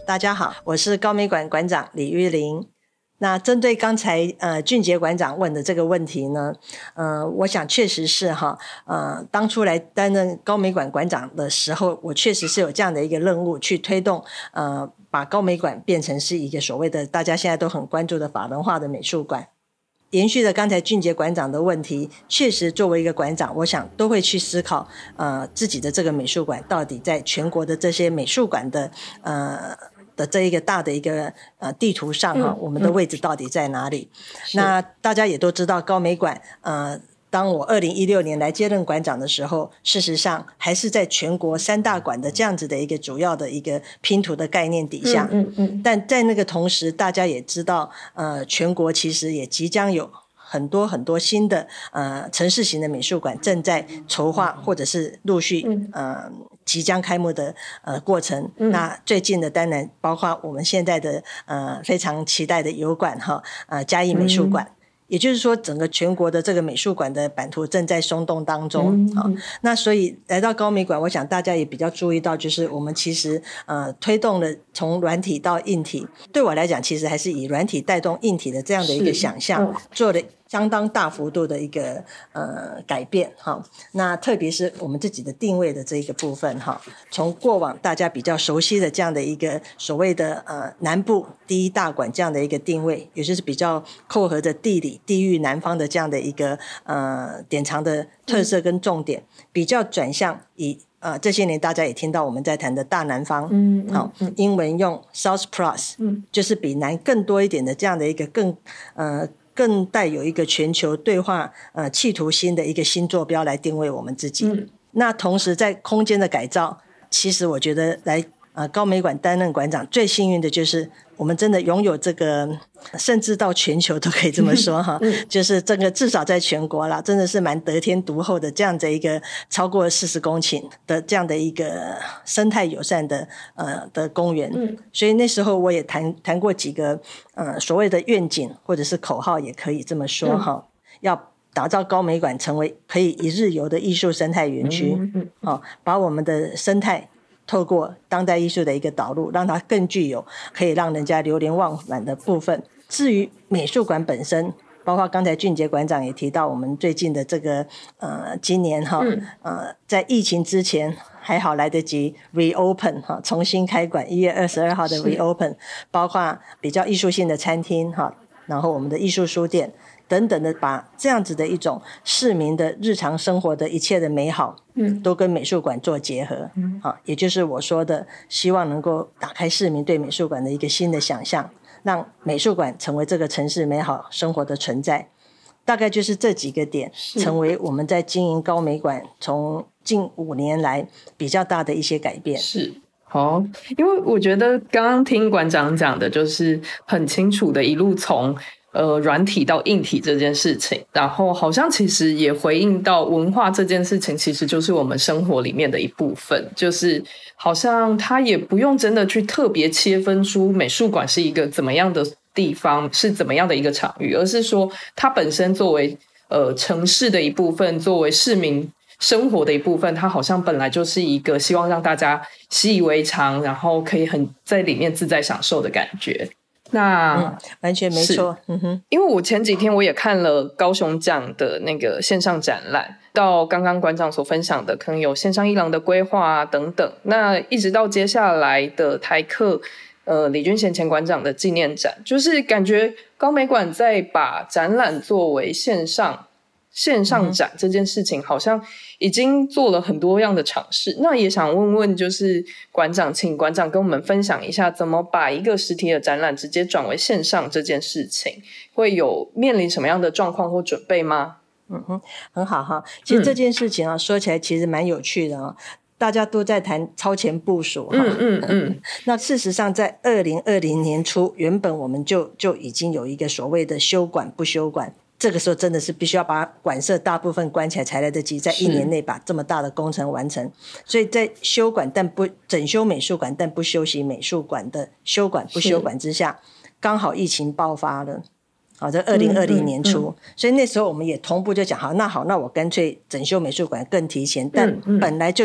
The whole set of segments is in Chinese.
大家好，我是高美馆馆长李玉玲。那针对刚才俊杰馆长问的这个问题呢，我想确实是当初来担任高美馆馆长的时候，我确实是有这样的一个任务去推动把高美馆变成是一个所谓的大家现在都很关注的法人化的美术馆。延续了刚才俊杰馆长的问题，确实作为一个馆长，我想都会去思考自己的这个美术馆到底在全国的这些美术馆的这一个大的一个地图上我们的位置到底在哪里？那大家也都知道高美馆当我2016年来接任馆长的时候，事实上还是在全国3大馆的这样子的一个主要的一个拼图的概念底下。但在那个同时，大家也知道全国其实也即将有很多很多新的城市型的美术馆正在筹划或者是陆续即将开幕的过程。那最近的当然包括我们现在的非常期待的油馆嘉义美术馆。也就是说整个全国的这个美术馆的版图正在松动当中。那所以来到高美馆，我想大家也比较注意到，就是我们其实推动了从软体到硬体，对我来讲其实还是以软体带动硬体的这样的一个想象，做了相当大幅度的一个改变。那特别是我们自己的定位的这一个部分，从过往大家比较熟悉的这样的一个所谓的南部第一大馆这样的一个定位，也就是比较扣合着地理地域南方的这样的一个典藏的特色跟重点，比较转向以这些年大家也听到我们在谈的大南方。英文用 South Plus，就是比南更多一点的这样的一个更带有一个全球对话企图心的一个新坐标来定位我们自己。那同时在空间的改造，其实我觉得来高美馆担任馆长最幸运的就是我们真的拥有这个，甚至到全球都可以这么说就是这个至少在全国啦，真的是蛮得天独厚的这样的一个超过40公顷的这样的一个生态友善的公园。所以那时候我也谈过几个所谓的愿景或者是口号，也可以这么说要打造高美馆成为可以一日游的艺术生态园区。把我们的生态透过当代艺术的一个导入，让它更具有可以让人家流连忘返的部分。至于美术馆本身，包括刚才俊杰馆长也提到我们最近的这个今年在疫情之前还好来得及 reopen 重新开馆，1月22号的 reopen， 包括比较艺术性的餐厅然后我们的艺术书店等等的，把这样子的一种市民的日常生活的一切的美好都跟美术馆做结合。也就是我说的希望能够打开市民对美术馆的一个新的想象，让美术馆成为这个城市美好生活的存在。大概就是这几个点成为我们在经营高美馆从近5年来比较大的一些改变。 是因为我觉得刚刚听馆长讲的就是很清楚的一路从软体到硬体这件事情，然后好像其实也回应到文化这件事情其实就是我们生活里面的一部分，就是好像它也不用真的去特别切分出美术馆是一个怎么样的地方，是怎么样的一个场域，而是说它本身作为城市的一部分，作为市民生活的一部分，它好像本来就是一个希望让大家习以为常，然后可以很在里面自在享受的感觉。那完全没错。 因为我前几天我也看了高雄奖的那个线上展览，到刚刚馆长所分享的可能有线上艺廊的规划等等，那一直到接下来的台客李君贤前馆长的纪念展，就是感觉高美馆在把展览作为线上展这件事情好像已经做了很多样的尝试。那也想问问就是馆长，请馆长跟我们分享一下怎么把一个实体的展览直接转为线上这件事情，会有面临什么样的状况或准备吗？ 很好其实这件事情说起来其实蛮有趣的大家都在谈超前部署那事实上在2020年初，原本我们就已经有一个所谓的休馆不休馆，这个时候真的是必须要把馆舍大部分关起来才来得及在1年内把这么大的工程完成。所以在休馆但不整修美术馆但不休息美术馆的休馆不休馆之下，刚好疫情爆发了在2020年初所以那时候我们也同步就讲那我干脆整修美术馆更提前，但本来就有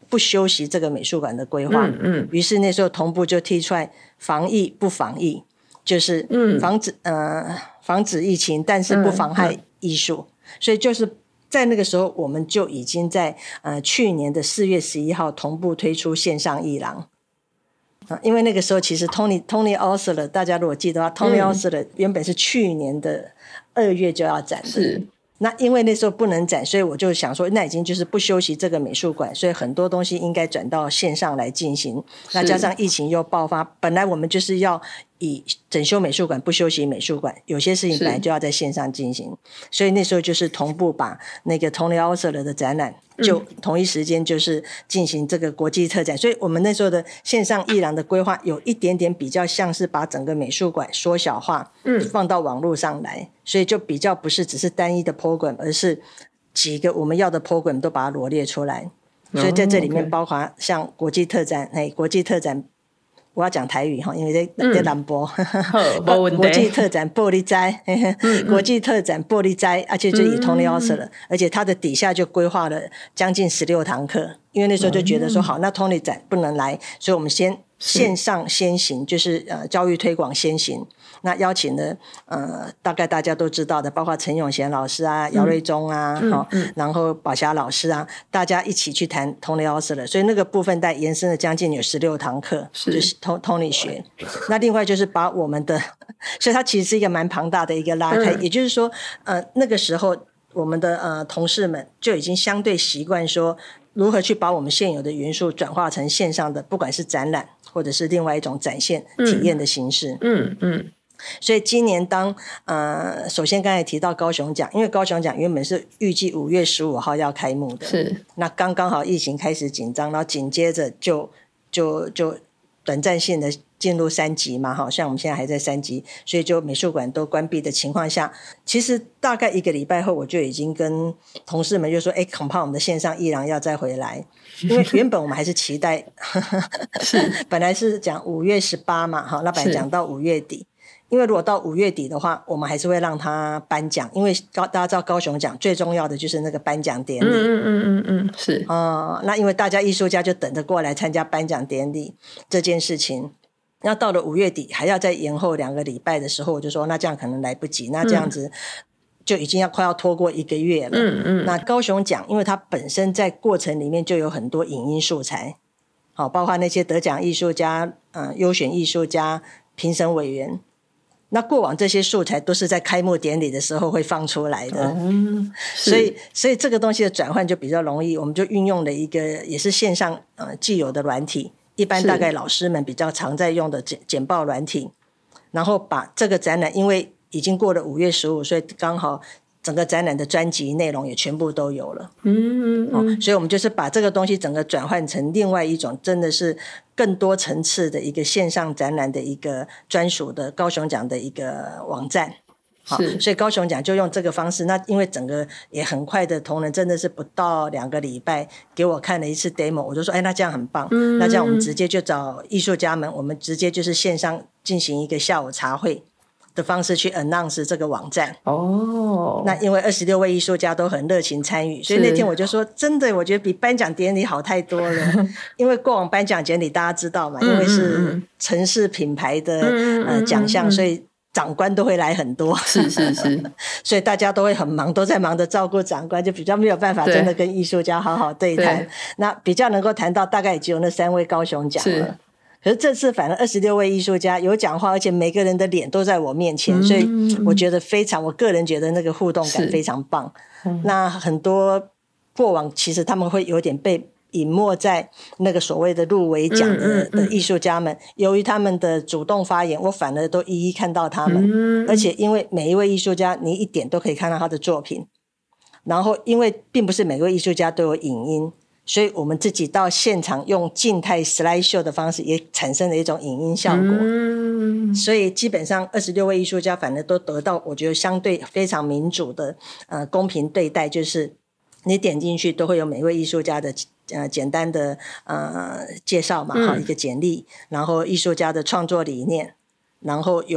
不修习这个美术馆的规划，于是那时候同步就提出来防疫不防疫，就是防止疫情，但是不妨害艺术，所以就是在那个时候我们就已经在去年的4月11号同步推出线上艺廊。因为那个时候其实 Tony Osler 大家如果记得的话，Tony Osler 原本是去年的2月就要展的， 是。 那因为那时候不能展，所以我就想说那已经就是不修习这个美术馆，所以很多东西应该转到线上来进行。那加上疫情又爆发，本来我们就是要以整修美术馆不修习美术馆，有些事情本来就要在线上进行，所以那时候就是同步把那个 Tony Osler 的展览就同一时间就是进行这个国际特展，所以我们那时候的线上艺廊的规划有一点点比较像是把整个美术馆缩小化，放到网络上来，所以就比较不是只是单一的 program， 而是几个我们要的 program 都把它罗列出来，所以在这里面包括像国际特展，国际特展我要讲台语因为在南播国际特展玻璃斋国际特展玻璃斋，而且就以 Tony Osler 而且他的底下就规划了将近16堂课，因为那时候就觉得说好，那 Tony 展不能来，所以我们先线上先行，就是教育推广先行。那邀请了大概大家都知道的，包括陈永贤老师啊、姚瑞忠啊，然后宝霞老师啊，大家一起去谈 Tony Osler， 所以那个部分带延伸了将近有16堂课，就是 Tony 学。那另外就是把我们的，所以它其实是一个蛮庞大的一个拉开，也就是说那个时候我们的同事们就已经相对习惯说如何去把我们现有的元素转化成线上的，不管是展览或者是另外一种展现体验的形式。所以今年首先刚才提到高雄奖，因为高雄奖原本是预计5月15号要开幕的，是那刚好疫情开始紧张，然后紧接着就短暂性的进入3级嘛，像我们现在还在3级，所以就美术馆都关闭的情况下，其实大概1个礼拜后我就已经跟同事们就说恐怕我们的线上艺廊要再回来，因为原本我们还是期待本来是讲5月18嘛，那本来讲到5月底，因为如果到5月底的话，我们还是会让他颁奖，因为大家知道高雄奖最重要的就是那个颁奖典礼。是那因为大家艺术家就等着过来参加颁奖典礼这件事情，那到了5月底还要再延后2个礼拜的时候，我就说那这样可能来不及，那这样子就已经快要拖过1个月了。那高雄奖因为它本身在过程里面就有很多影音素材，包括那些得奖艺术家、优选艺术家、评审委员，那过往这些素材都是在开幕典礼的时候会放出来的，所以这个东西的转换就比较容易，我们就运用了一个也是线上既有的软体，一般大概老师们比较常在用的简报软体，然后把这个展览因为已经过了5月15，所以刚好整个展览的专辑内容也全部都有了。所以我们就是把这个东西整个转换成另外一种真的是更多层次的一个线上展览的一个专属的高雄奖的一个网站。所以高雄奖就用这个方式，那因为整个也很快的同仁真的是不到2个礼拜给我看了一次 demo， 我就说那这样很棒，那这样我们直接就找艺术家们，我们直接就是线上进行一个下午茶会的方式去 announce 这个网站。那因为26位艺术家都很热情参与，所以那天我就说真的我觉得比颁奖典礼好太多了因为过往颁奖典礼大家知道嘛，因为是城市品牌的奖项，所以长官都会来很多，是所以大家都会很忙，都在忙着照顾长官，就比较没有办法真的跟艺术家好好对谈，那比较能够谈到大概也只有那3位高雄奖了。可是这次反正26位艺术家有讲话，而且每个人的脸都在我面前，所以我觉得我个人觉得那个互动感非常棒。那很多过往其实他们会有点被隐没在那个所谓的入围奖的艺术家们，由于他们的主动发言，我反而都一一看到他们，而且因为每一位艺术家你一点都可以看到他的作品，然后因为并不是每位艺术家都有影音，所以我们自己到现场用静态 slide show 的方式也产生了一种影音效果，所以基本上26位艺术家反而都得到我觉得相对非常民主的公平对待，就是你点进去都会有每位艺术家的简单的介绍嘛，一个简历，然后艺术家的创作理念，然后有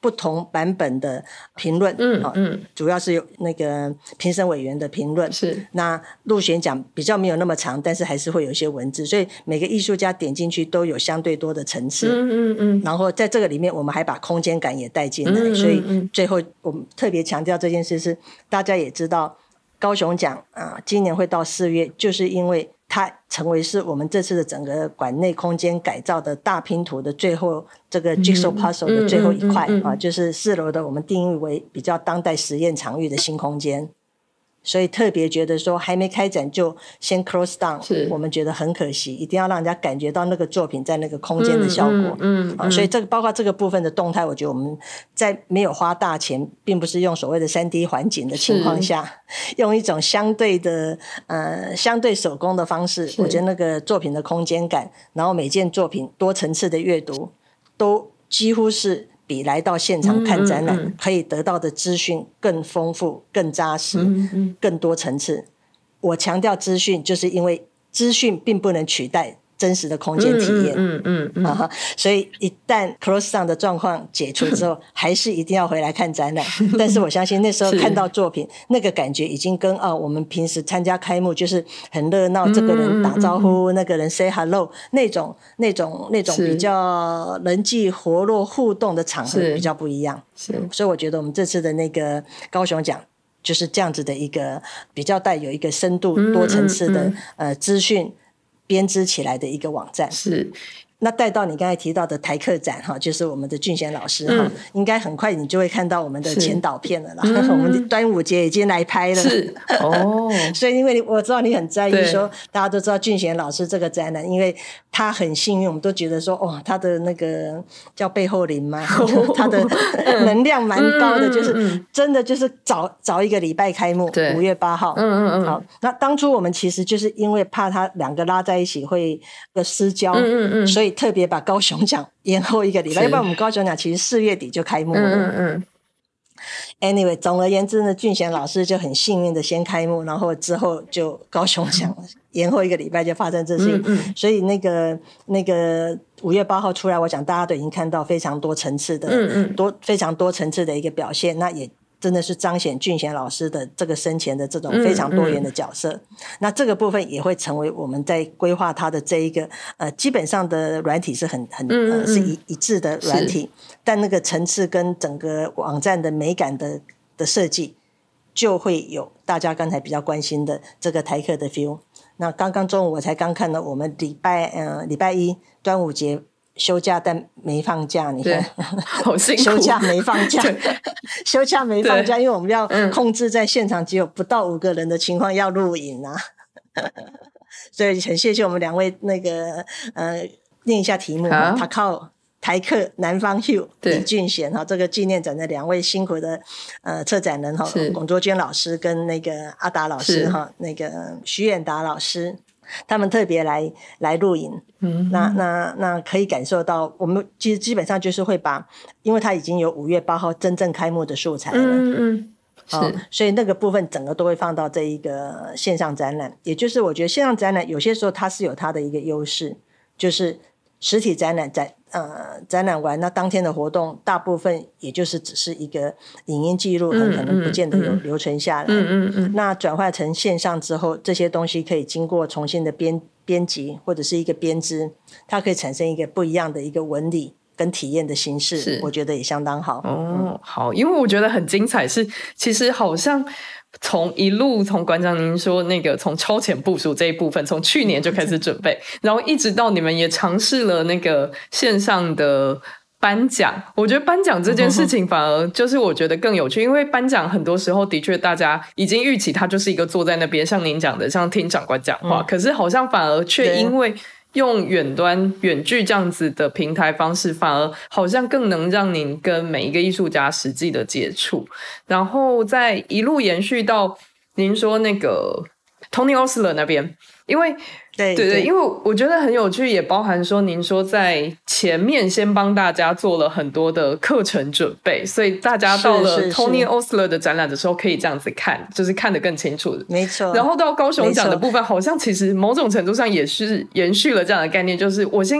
不同版本的评论，主要是有那个评审委员的评论， 是那入选奖比较没有那么长，但是还是会有一些文字，所以每个艺术家点进去都有相对多的层次，然后在这个里面我们还把空间感也带进来，所以最后我们特别强调这件事是大家也知道高雄奖今年会到4月，就是因为它成为是我们这次的整个馆内空间改造的大拼图的最后这个 Jigsaw Puzzle 的最后一块就是4楼的我们定义为比较当代实验场域的新空间，所以特别觉得说还没开展就先 close down， 我们觉得很可惜，一定要让人家感觉到那个作品在那个空间的效果。所以这个包括这个部分的动态，我觉得我们在没有花大钱，并不是用所谓的 3D 环境的情况下，用一种相对的相对手工的方式，我觉得那个作品的空间感，然后每件作品多层次的阅读，都几乎是比来到现场看展览可以得到的资讯更丰富、更扎实、更多层次。我强调资讯，就是因为资讯并不能取代真实的空间体验，所以一旦 close down 的状况解除之后，还是一定要回来看展览。但是我相信那时候看到作品，那个感觉已经跟我们平时参加开幕就是很热闹，这个人打招呼，那个人 say hello， 那种比较人际活络互动的场合比较不一样。所以我觉得我们这次的那个高雄奖就是这样子的一个比较带有一个深度多层次的资讯编织起来的一个网站。 是， 那带到你刚才提到的台客展就是我们的俊贤老师应该很快你就会看到我们的前导片了啦。我们端午节已经来拍了， 是所以因为我知道你很在意说大家都知道俊贤老师这个展览，因为他很幸运，我们都觉得说他的那个叫背后灵嘛，他的能量蛮高的，就是真的就是早一个礼拜开幕，5月8号。好，那当初我们其实就是因为怕他两个拉在一起会失焦，所以特别把高雄奖延后一个礼拜，要不然我们高雄奖其实4月底就开幕了。Anyway， 总而言之呢，俊贤老师就很幸运的先开幕，然后之后就高雄奖延后一个礼拜就发生这事情，所以那个5月8号出来，我想大家都已经看到非常多层次的非常多层次的一个表现，那也真的是彰显俊贤老师的这个生前的这种非常多元的角色。那这个部分也会成为我们在规划它的这一个基本上的软体是是一致的软体，但那个层次跟整个网站的美感的设计就会有大家刚才比较关心的这个台客的 feel。 那刚刚中午我才刚看到我们礼拜一端午节休假但没放假，你看好辛苦， 休假没放假休假没放假，因为我们要控制在现场只有不到5个人的情况要录影啊所以很谢谢我们2位那个念一下题目，他靠台客南方 Hugh 李俊贤这个纪念展的2位辛苦的策展人龚卓娟老师跟那个阿达老师那个徐远达老师，他们特别来录影。那可以感受到我们其实基本上就是会把，因为他已经有5月8号真正开幕的素材了，所以那个部分整个都会放到这一个线上展览。也就是我觉得线上展览有些时候它是有它的一个优势，就是实体展览展览完，那当天的活动大部分也就是只是一个影音记录，很可能不见得有留存下来。那转换成线上之后，这些东西可以经过重新的编辑或者是一个编织，它可以产生一个不一样的一个纹理跟体验的形式，我觉得也相当好。 好，因为我觉得很精彩是其实好像从馆长您说那个从超前部署这一部分从去年就开始准备然后一直到你们也尝试了那个线上的颁奖，我觉得颁奖这件事情反而就是我觉得更有趣，因为颁奖很多时候的确大家已经预期它就是一个坐在那边像您讲的像听长官讲话，可是好像反而却因为用远距这样子的平台方式，反而好像更能让您跟每一个艺术家实际的接触，然后再一路延续到您说那个 Tony Osler 那边，因为对，因为我觉得很有趣，也包含说您说在前面先帮大家做了很多的课程准备，所以大家到了 Tony Osler 的展览的时候可以这样子看，就是看得更清楚， 没错。 然后到高雄奖的部分好像其实某种程度上也是延续了这样的概念，就是我先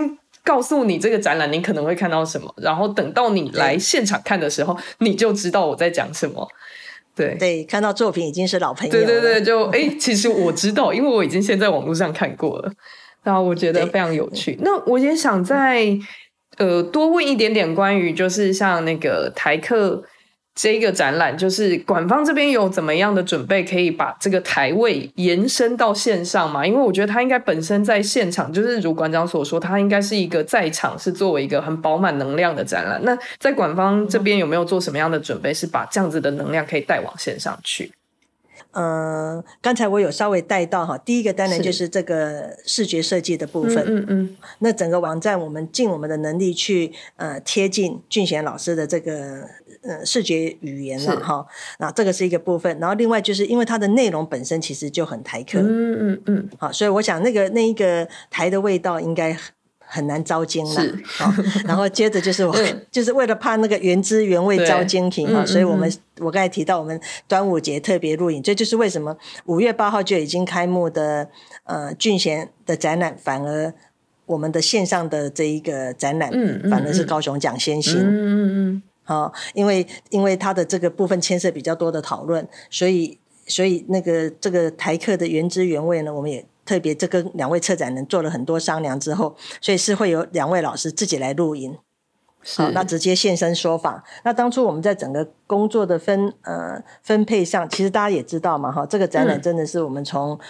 告诉你这个展览你可能会看到什么，然后等到你来现场看的时候，你就知道我在讲什么。 对，看到作品已经是老朋友了。 对，就其实我知道，因为我已经先在网络上看过了，然后我觉得非常有趣。那我也想再多问一点点关于就是像那个台客这个展览，就是馆方这边有怎么样的准备可以把这个台位延伸到线上嘛？因为我觉得它应该本身在现场，就是如馆长所说，它应该是一个在场是作为一个很饱满能量的展览。那在馆方这边有没有做什么样的准备，是把这样子的能量可以带往线上去？ 刚才我有稍微带到哈，第一个当然就是这个视觉设计的部分。那整个网站我们尽我们的能力去贴近俊贤老师的这个视觉语言了哈。那这个是一个部分，然后另外就是因为它的内容本身其实就很台客。好，所以我想那一个台的味道应该很难招精啦。然后接着就是就是为了怕那个原汁原味招精品所以我刚才提到我们端午节特别录影，这就是为什么5月8号就已经开幕的俊贤的展览，反而我们的线上的这一个展览反而是高雄奖先行。因为它的这个部分牵涉比较多的讨论，所以这个台客的原汁原味呢，我们也特别这跟2位策展人做了很多商量之后，所以是会有2位老师自己来录音，好，那直接现身说法。那当初我们在整个工作的分配上，其实大家也知道嘛，这个展览真的是我们从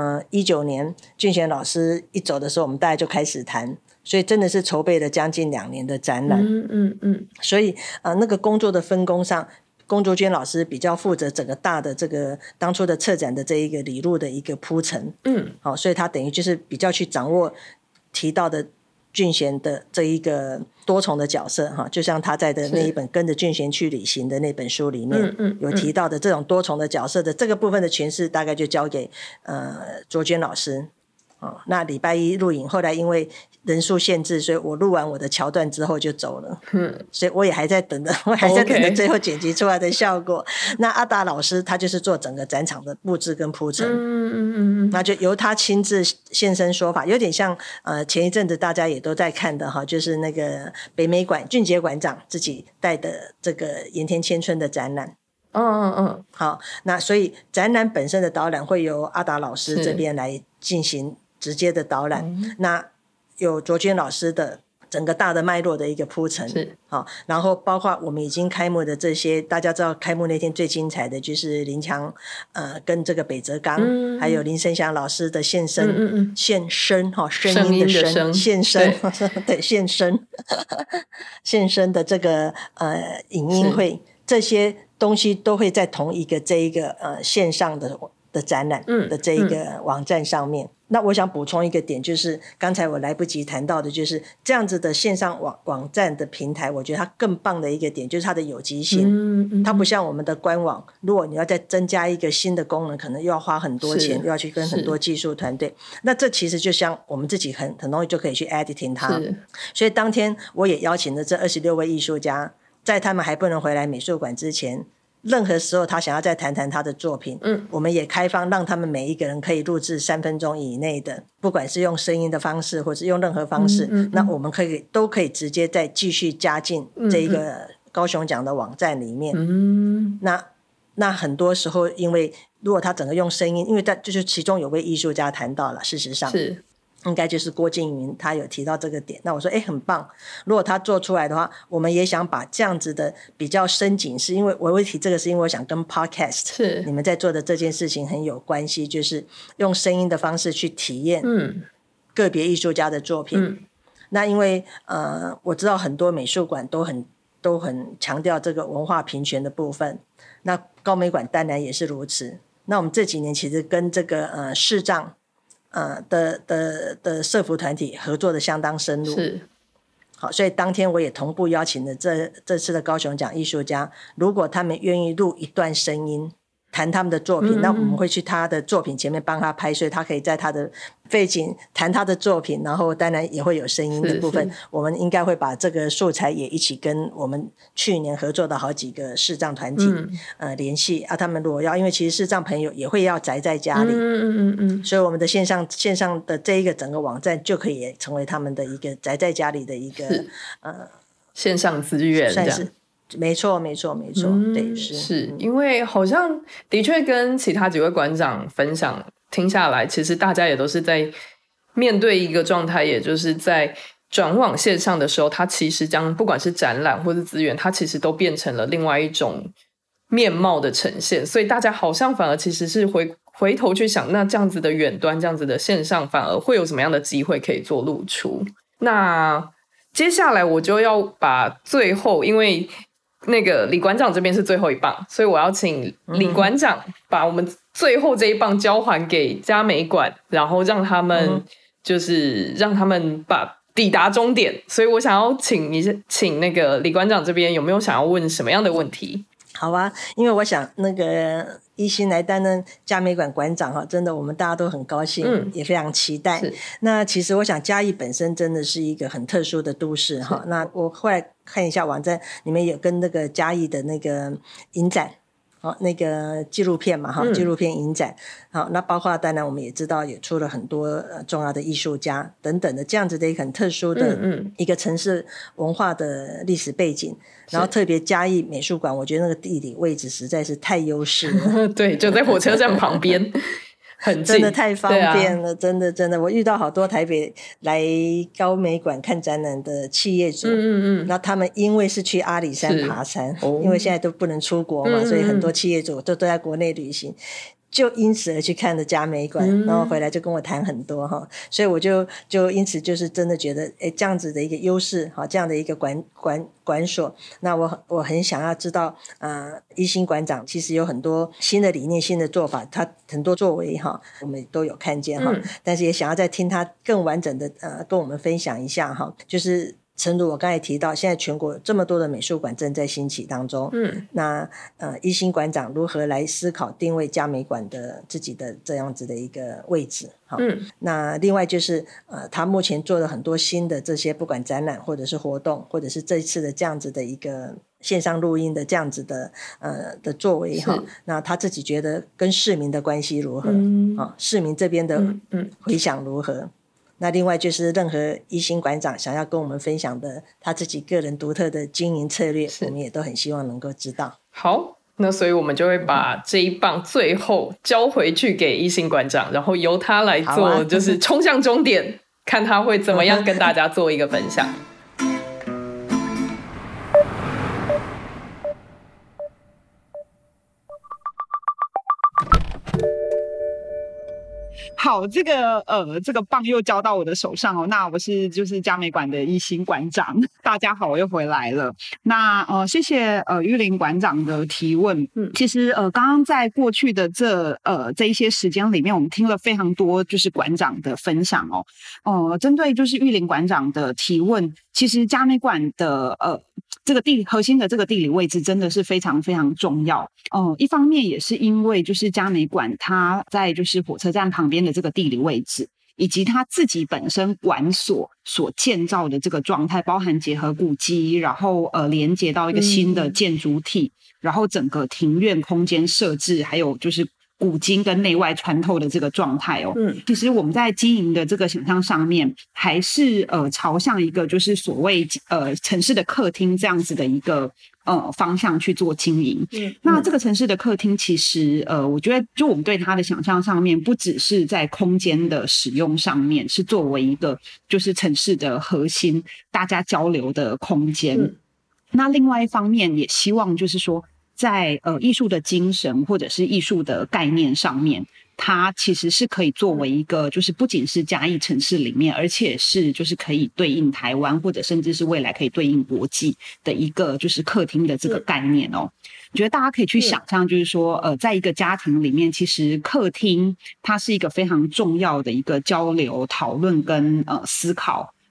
19年俊贤老师一走的时候，我们大概就开始谈，所以真的是筹备了将近2年的展览。所以那个工作的分工上，龚卓娟老师比较负责整个大的这个当初的策展的这一个理路的一个铺陈。好，所以他等于就是比较去掌握提到的俊贤的这一个多重的角色哈，就像他在的那一本跟着俊贤去旅行的那本书里面有提到的这种多重的角色的这个部分的诠释，大概就交给卓娟老师。那礼拜一录影，后来因为人数限制，所以我录完我的桥段之后就走了。所以我也还在等着，最后剪辑出来的效果。那阿达老师他就是做整个展场的布置跟铺陈。那就由他亲自现身说法，有点像前一阵子大家也都在看的哈，就是那个北美馆俊杰馆长自己带的这个盐田千春的展览。好，那所以展览本身的导览会由阿达老师这边来进行直接的导览。那有卓娟老师的整个大的脉络的一个铺陈。好，然后包括我们已经开幕的这些，大家知道开幕那天最精彩的就是林强跟这个北泽刚还有林生祥老师的现身声音的声现身对现身的这个影音会，这些东西都会在同一个这一个线上的展览的这一个网站上面。那我想补充一个点，就是刚才我来不及谈到的，就是这样子的线上网站的平台，我觉得它更棒的一个点就是它的有机性。它不像我们的官网，如果你要再增加一个新的功能，可能又要花很多钱，又要去跟很多技术团队。那这其实就像我们自己很容易就可以去 editing 它。所以当天我也邀请了这26位艺术家，在他们还不能回来美术馆之前，任何时候他想要再谈谈他的作品，我们也开放让他们每一个人可以录制3分钟以内的，不管是用声音的方式或是用任何方式，那我们都可以直接再继续加进这一个高雄奖的网站里面。那很多时候因为如果他整个用声音，因为就是其中有位艺术家谈到了，事实上是应该就是郭静云，他有提到这个点。那我说很棒，如果他做出来的话，我们也想把这样子的比较深景式，因为我会提这个是因为我想跟 podcast 你们在做的这件事情很有关系，就是用声音的方式去体验个别艺术家的作品。那因为我知道很多美术馆都很强调这个文化平权的部分，那高美馆当然也是如此。那我们这几年其实跟这个视障的社福团体合作的相当深入。好，所以当天我也同步邀请了这次的高雄奖艺术家，如果他们愿意录一段声音， 谈他们的作品，那我们会去他的作品前面帮他拍，所以他可以在他的背景谈他的作品，然后当然也会有声音的部分，我们应该会把这个素材也一起跟我们去年合作的好几个视障团体联系啊，他们如果要，因为其实视障朋友也会要宅在家里，所以我们的线上的这一个整个网站就可以成为他们的一个宅在家里的一个线上资源， 算是没错，对， 是因为好像的确跟其他几位馆长分享听下来，其实大家也都是在面对一个状态，也就是在转往线上的时候，它其实将不管是展览或是资源，它其实都变成了另外一种面貌的呈现，所以大家好像反而其实是回头去想，那这样子的远端，这样子的线上反而会有什么样的机会可以做露出。那接下来我就要把最后，因为那个李馆长这边是最后一棒，所以我要请李馆长把我们最后这一棒交还给嘉美馆，然后让他们把抵达终点。所以我想要请那个李馆长这边有没有想要问什么样的问题？ 好啊，因为我想那个一心来担任嘉美馆馆长真的我们大家都很高兴，也非常期待。那其实我想嘉义本身真的是一个很特殊的都市那我后来看一下网站，你们有跟那个嘉义的那个影展那个纪录片嘛纪录片影展那包括当然我们也知道也出了很多重要的艺术家等等的这样子的一个很特殊的一个城市文化的历史背景，然后特别嘉义美术馆，我觉得那个地理位置实在是太优势了对，就在火车站旁边很近， 真的太方便了真的我遇到好多台北来高美馆看展览的企业主那他们因为是去阿里山爬山因为现在都不能出国嘛所以很多企业主都在国内旅行，就因此而去看了嘉美馆然后回来就跟我谈很多所以我就因此就是真的觉得这样子的一个优势这样的一个馆所，那我很想要知道一心馆长其实有很多新的理念新的做法，他很多作为我们都有看见但是也想要再听他更完整的跟我们分享一下就是诚如我刚才提到，现在全国这么多的美术馆正在兴起当中那一心馆长如何来思考定位嘉美馆的自己的这样子的一个位置那另外就是他目前做了很多新的这些不管展览或者是活动，或者是这一次的这样子的一个线上录音的这样子的作为那他自己觉得跟市民的关系如何市民这边的回响如何那另外就是任何一心馆长想要跟我们分享的他自己个人独特的经营策略，我们也都很希望能够知道。 好，那所以我们就会把这一棒最后交回去给一心馆长，然后由他来做就是冲向终点看他会怎么样跟大家做一个分享好，这个棒又交到我的手上那我就是嘉美馆的一心馆长，大家好，我又回来了。那谢谢玉林馆长的提问。其实刚刚在过去的这一些时间里面，我们听了非常多就是馆长的分享针对就是玉林馆长的提问，其实嘉美馆的这个核心的这个地理位置真的是非常非常重要一方面也是因为就是嘉美馆它在就是火车站旁边的这个地理位置，以及它自己本身馆所建造的这个状态，包含结合古迹，然后连接到一个新的建筑体然后整个庭院空间设置，还有就是古今跟内外穿透的这个状态其实我们在经营的这个想象上面，还是朝向一个就是所谓城市的客厅这样子的一个方向去做经营。那这个城市的客厅其实我觉得就我们对它的想象上面，不只是在空间的使用上面是作为一个就是城市的核心大家交流的空间那另外一方面也希望就是说在艺术的精神或者是艺术的概念上面，它其实是可以作为一个就是不仅是嘉义城市里面，而且是就是可以对应台湾，或者甚至是未来可以对应国际的一个就是客厅的这个概念我觉得大家可以去想象，就是说在一个家庭里面，其实客厅它是一个非常重要的一个交流讨论跟思考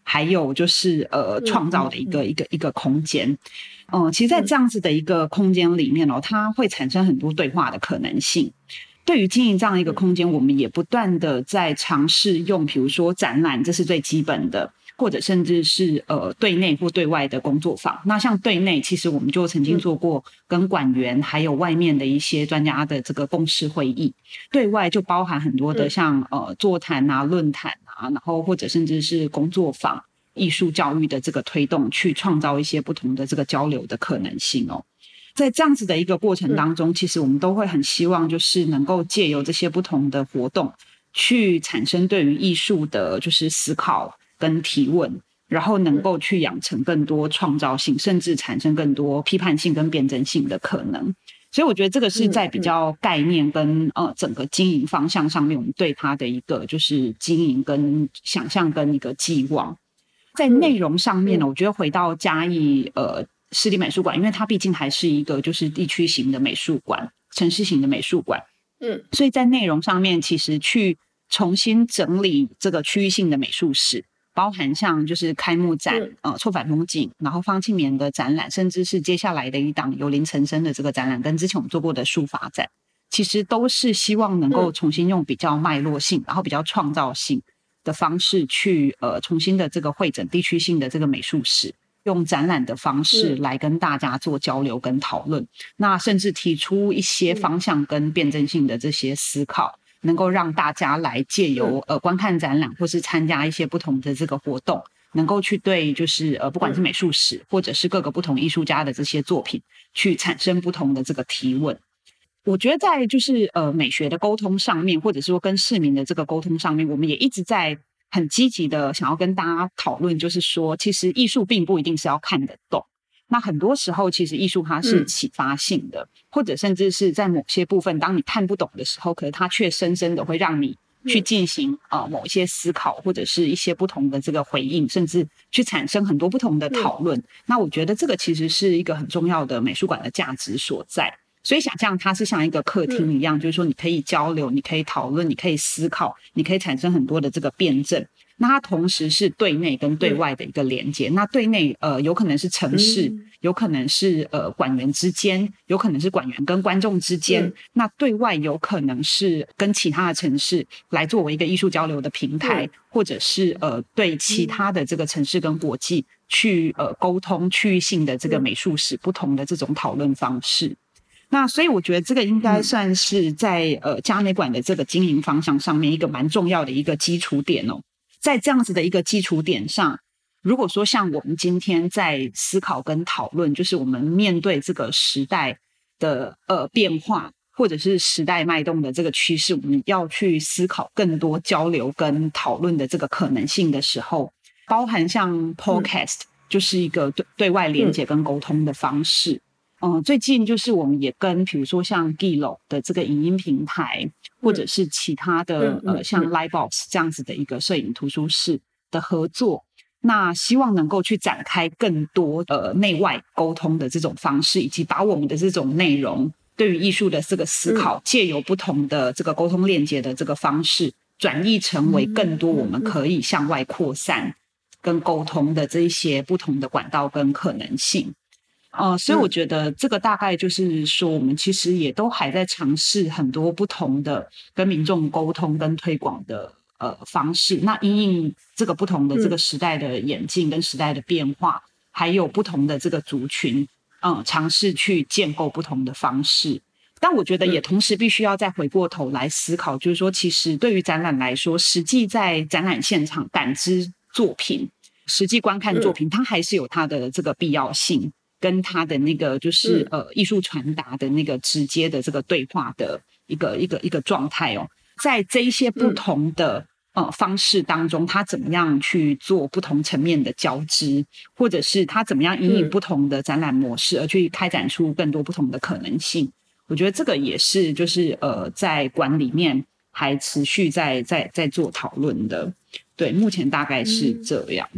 还有就是创造的一个空间。其实在这样子的一个空间里面它会产生很多对话的可能性。对于经营这样一个空间，我们也不断的在尝试用比如说展览，这是最基本的，或者甚至是对内或对外的工作坊。那像对内，其实我们就曾经做过跟馆员还有外面的一些专家的这个共识会议。对外就包含很多的像座谈啊、论坛啊，然后或者甚至是工作坊、艺术教育的这个推动，去创造一些不同的这个交流的可能性在这样子的一个过程当中，其实我们都会很希望就是能够借由这些不同的活动去产生对于艺术的就是思考跟提问，然后能够去养成更多创造性，甚至产生更多批判性跟辩证性的可能。所以我觉得这个是在比较概念跟整个经营方向上面，我们对它的一个就是经营跟想象跟一个寄望。在内容上面呢，我觉得回到嘉义市立美术馆，因为它毕竟还是一个就是地区型的美术馆，城市型的美术馆，所以在内容上面其实去重新整理这个区域性的美术史，包含像就是开幕展错反风景，然后方庆绵的展览，甚至是接下来的一档由林岑生的这个展览，跟之前我们做过的书法展，其实都是希望能够重新用比较脉络性，然后比较创造性的方式去重新的这个汇整地区性的这个美术史，用展览的方式来跟大家做交流跟讨论，那甚至提出一些方向跟辩证性的这些思考，能够让大家来借由观看展览或是参加一些不同的这个活动，能够去对就是不管是美术史或者是各个不同艺术家的这些作品去产生不同的这个提问。我觉得在就是美学的沟通上面，或者说跟市民的这个沟通上面，我们也一直在很积极的想要跟大家讨论，就是说其实艺术并不一定是要看得懂，那很多时候其实艺术它是启发性的，或者甚至是在某些部分当你看不懂的时候，可是它却深深的会让你去进行某一些思考，或者是一些不同的这个回应，甚至去产生很多不同的讨论。那我觉得这个其实是一个很重要的美术馆的价值所在。所以想象它是像一个客厅一样，就是说你可以交流，你可以讨论，你可以思考，你可以产生很多的这个辩证。那它同时是对内跟对外的一个连接。那对内有可能是城市，有可能是馆员之间，有可能是馆员跟观众之间。那对外有可能是跟其他的城市来作为一个艺术交流的平台，或者是对其他的这个城市跟国际去沟通区域性的这个美术史不同的这种讨论方式。那所以我觉得这个应该算是在嘉美馆的这个经营方向上面一个蛮重要的一个基础点在这样子的一个基础点上，如果说像我们今天在思考跟讨论，就是我们面对这个时代的变化，或者是时代脉动的这个趋势，我们要去思考更多交流跟讨论的这个可能性的时候，包含像 podcast 就是一个对外连接跟沟通的方式。最近就是我们也跟比如说像 Gilo 的这个影音平台，或者是其他的像 Livebox 这样子的一个摄影图书室的合作，那希望能够去展开更多内外沟通的这种方式，以及把我们的这种内容对于艺术的这个思考，借由不同的这个沟通链接的这个方式，转译成为更多我们可以向外扩散跟沟通的这一些不同的管道跟可能性。所以我觉得这个大概就是说，我们其实也都还在尝试很多不同的跟民众沟通跟推广的方式。那因应这个不同的这个时代的演进跟时代的变化，还有不同的这个族群，尝试去建构不同的方式。但我觉得也同时必须要再回过头来思考，就是说其实对于展览来说，实际在展览现场感知作品，实际观看作品，它还是有它的这个必要性，跟他的那个就是艺术传达的那个直接的这个对话的一个状态在这一些不同的方式当中，他怎么样去做不同层面的交织，或者是他怎么样因应不同的展览模式而去开展出更多不同的可能性。我觉得这个也是就是在馆里面还持续在做讨论的。对，目前大概是这样。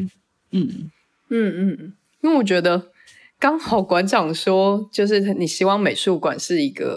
因为我觉得刚好馆长说就是你希望美术馆是一个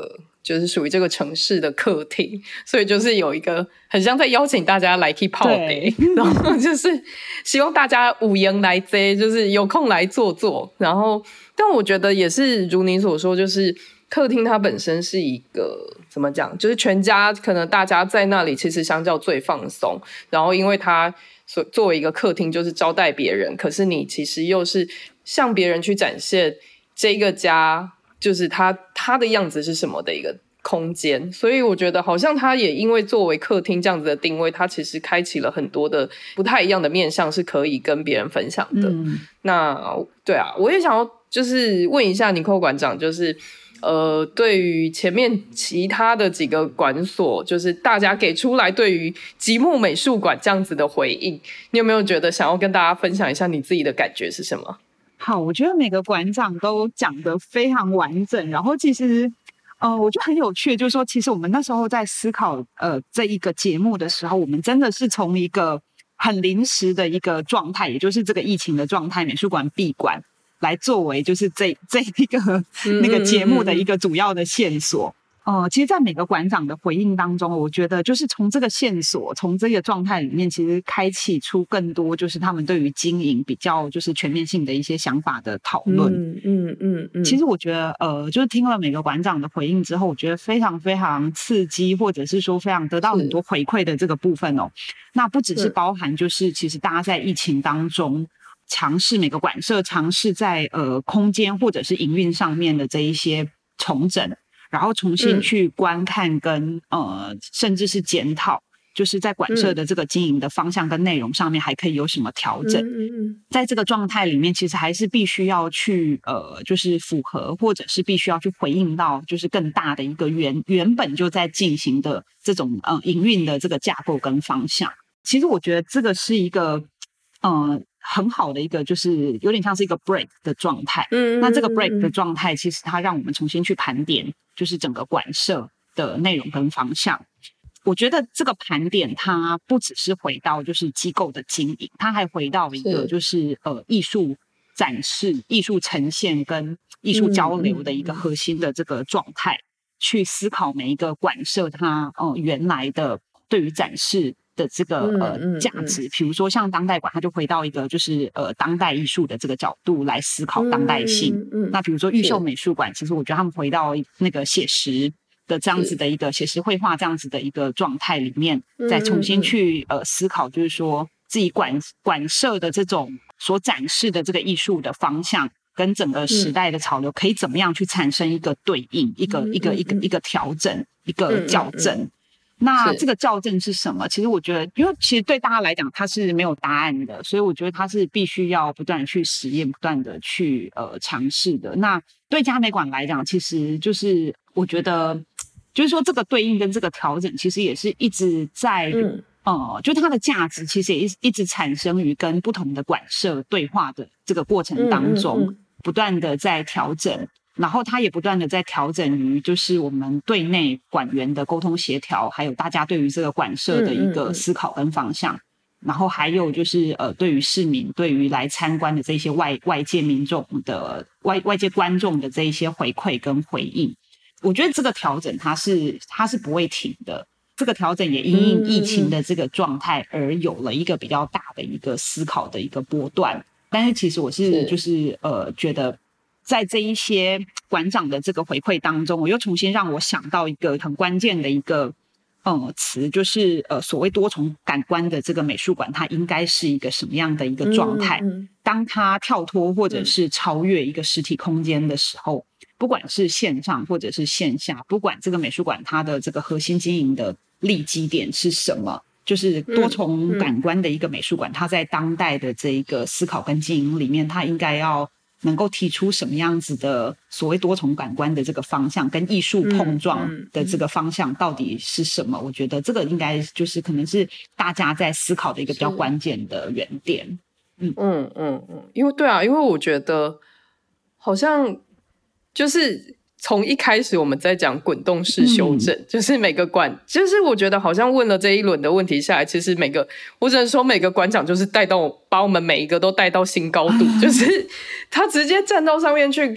就是属于这个城市的客厅，所以就是有一个很像在邀请大家来去泡茶，然后就是希望大家有闲来坐，就是有空来坐。然后但我觉得也是如您所说，就是客厅它本身是一个怎么讲，就是全家可能大家在那里其实相较最放松，然后因为它作为一个客厅就是招待别人，可是你其实又是向别人去展现这个家就是它的样子是什么的一个空间，所以我觉得好像它也因为作为客厅这样子的定位，它其实开启了很多的不太一样的面向是可以跟别人分享的。那对啊，我也想要就是问一下Nicole馆长，就是对于前面其他的几个馆所，就是大家给出来对于积木美术馆这样子的回应，你有没有觉得想要跟大家分享一下你自己的感觉是什么？ 好，我觉得每个馆长都讲得非常完整，然后其实我觉得很有趣，就是说其实我们那时候在思考这一个节目的时候，我们真的是从一个很临时的一个状态，也就是这个疫情的状态，美术馆闭馆来作为就是这一个那个节目的一个主要的线索。其实在每个馆长的回应当中，我觉得就是从这个线索，从这个状态里面，其实开启出更多就是他们对于经营比较就是全面性的一些想法的讨论。其实我觉得就是听了每个馆长的回应之后，我觉得非常非常刺激，或者是说非常得到很多回馈的这个部分那不只是包含就是其实大家在疫情当中尝试每个馆舍尝试在空间或者是营运上面的这一些重整，然后重新去观看跟甚至是检讨，就是在馆舍的这个经营的方向跟内容上面还可以有什么调整。在这个状态里面，其实还是必须要去就是符合，或者是必须要去回应到就是更大的一个原本就在进行的这种营运的这个架构跟方向。其实我觉得这个是一个很好的一个就是有点像是一个 break 的状态。那这个 break 的状态其实它让我们重新去盘点就是整个馆舍的内容跟方向。我觉得这个盘点它不只是回到就是机构的经营，它还回到一个就是艺术展示、艺术呈现跟艺术交流的一个核心的这个状态，去思考每一个馆舍它原来的对于展示的这个价值。比如说像当代馆，它就回到一个就是当代艺术的这个角度来思考当代性。那比如说玉秀美术馆，其实我觉得他们回到那个写实的这样子的一个写实绘画这样子的一个状态里面，再重新去思考，就是说自己馆舍的这种所展示的这个艺术的方向跟整个时代的潮流可以怎么样去产生一个对应，一个调整，一个校正。那这个校正是什么？其实我觉得，因为其实对大家来讲它是没有答案的，所以我觉得它是必须要不断的去实验，不断的去尝试的。那对嘉美馆来讲，其实就是我觉得就是说这个对应跟这个调整其实也是一直在就它的价值其实也一直产生于跟不同的馆舍对话的这个过程当中，不断的在调整。然后它也不断的在调整于就是我们对内馆员的沟通协调，还有大家对于这个馆舍的一个思考跟方向。然后还有就是对于市民，对于来参观的这些外界民众的外界观众的这一些回馈跟回应。我觉得这个调整它是不会停的，这个调整也因应疫情的这个状态而有了一个比较大的一个思考的一个波段。但是其实我是就是觉得在这一些馆长的这个回馈当中，我又重新让我想到一个很关键的一个词，就是所谓多重感官的这个美术馆，它应该是一个什么样的一个状态？当它跳脱或者是超越一个实体空间的时候，不管是线上或者是线下，不管这个美术馆它的这个核心经营的立基点是什么，就是多重感官的一个美术馆，它在当代的这一个思考跟经营里面，它应该要能够提出什么样子的所谓多重感官的这个方向跟艺术碰撞的这个方向到底是什么？我觉得这个应该就是可能是大家在思考的一个比较关键的原点。 因为对啊，因为我觉得好像就是从一开始我们在讲滚动式修正，就是每个馆，就是我觉得好像问了这一轮的问题下来，其实我只能说每个馆长就是把我们每一个都带到新高度，就是他直接站到上面去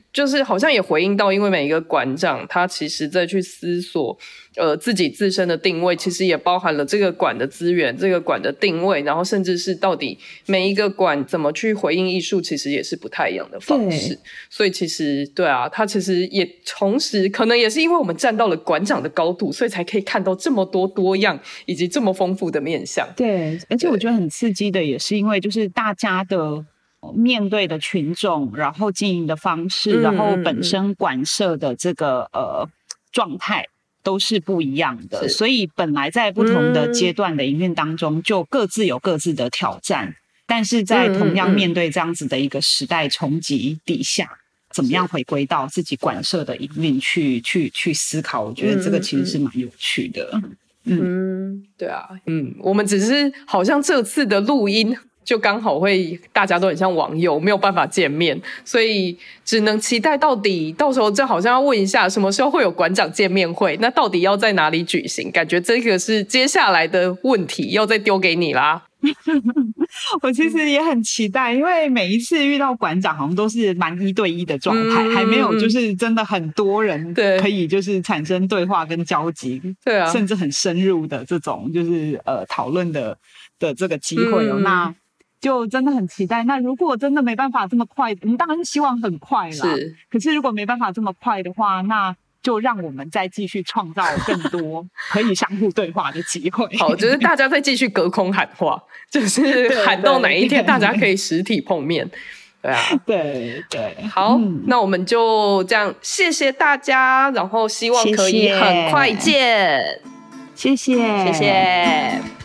就是好像也回应到，因为每一个馆长他其实在去思索自己自身的定位，其实也包含了这个馆的资源，这个馆的定位，然后甚至是到底每一个馆怎么去回应艺术，其实也是不太一样的方式。所以其实对啊，他其实也同时可能也是因为我们站到了馆长的高度，所以才可以看到这么多样以及这么丰富的面向。 对，而且我觉得很刺激的也是因为就是大家的面对的群众，然后经营的方式，然后本身馆舍的这个状态都是不一样的，所以本来在不同的阶段的营运当中，就各自有各自的挑战，但是在同样面对这样子的一个时代冲击底下，怎么样回归到自己馆舍的营运去思考，我觉得这个其实是蛮有趣的。 对啊，我们只是好像这次的录音就刚好会大家都很像网友，没有办法见面，所以只能期待到时候就好像要问一下什么时候会有馆长见面会，那到底要在哪里举行，感觉这个是接下来的问题要再丢给你啦。 我其实也很期待，因为每一次遇到馆长好像都是蛮1对1的状态，还没有就是真的很多人可以就是产生对话跟交集，对啊，甚至很深入的这种就是讨论的这个机会那就真的很期待。那如果真的没办法这么快，我们当然是希望很快啦，可是如果没办法这么快的话，那就让我们再继续创造更多可以相互对话的机会。 好，就是大家再继续隔空喊话，就是喊到哪一天大家可以实体碰面。对啊， 对， 好，那我们就这样，谢谢大家，然后希望可以很快见。 谢谢。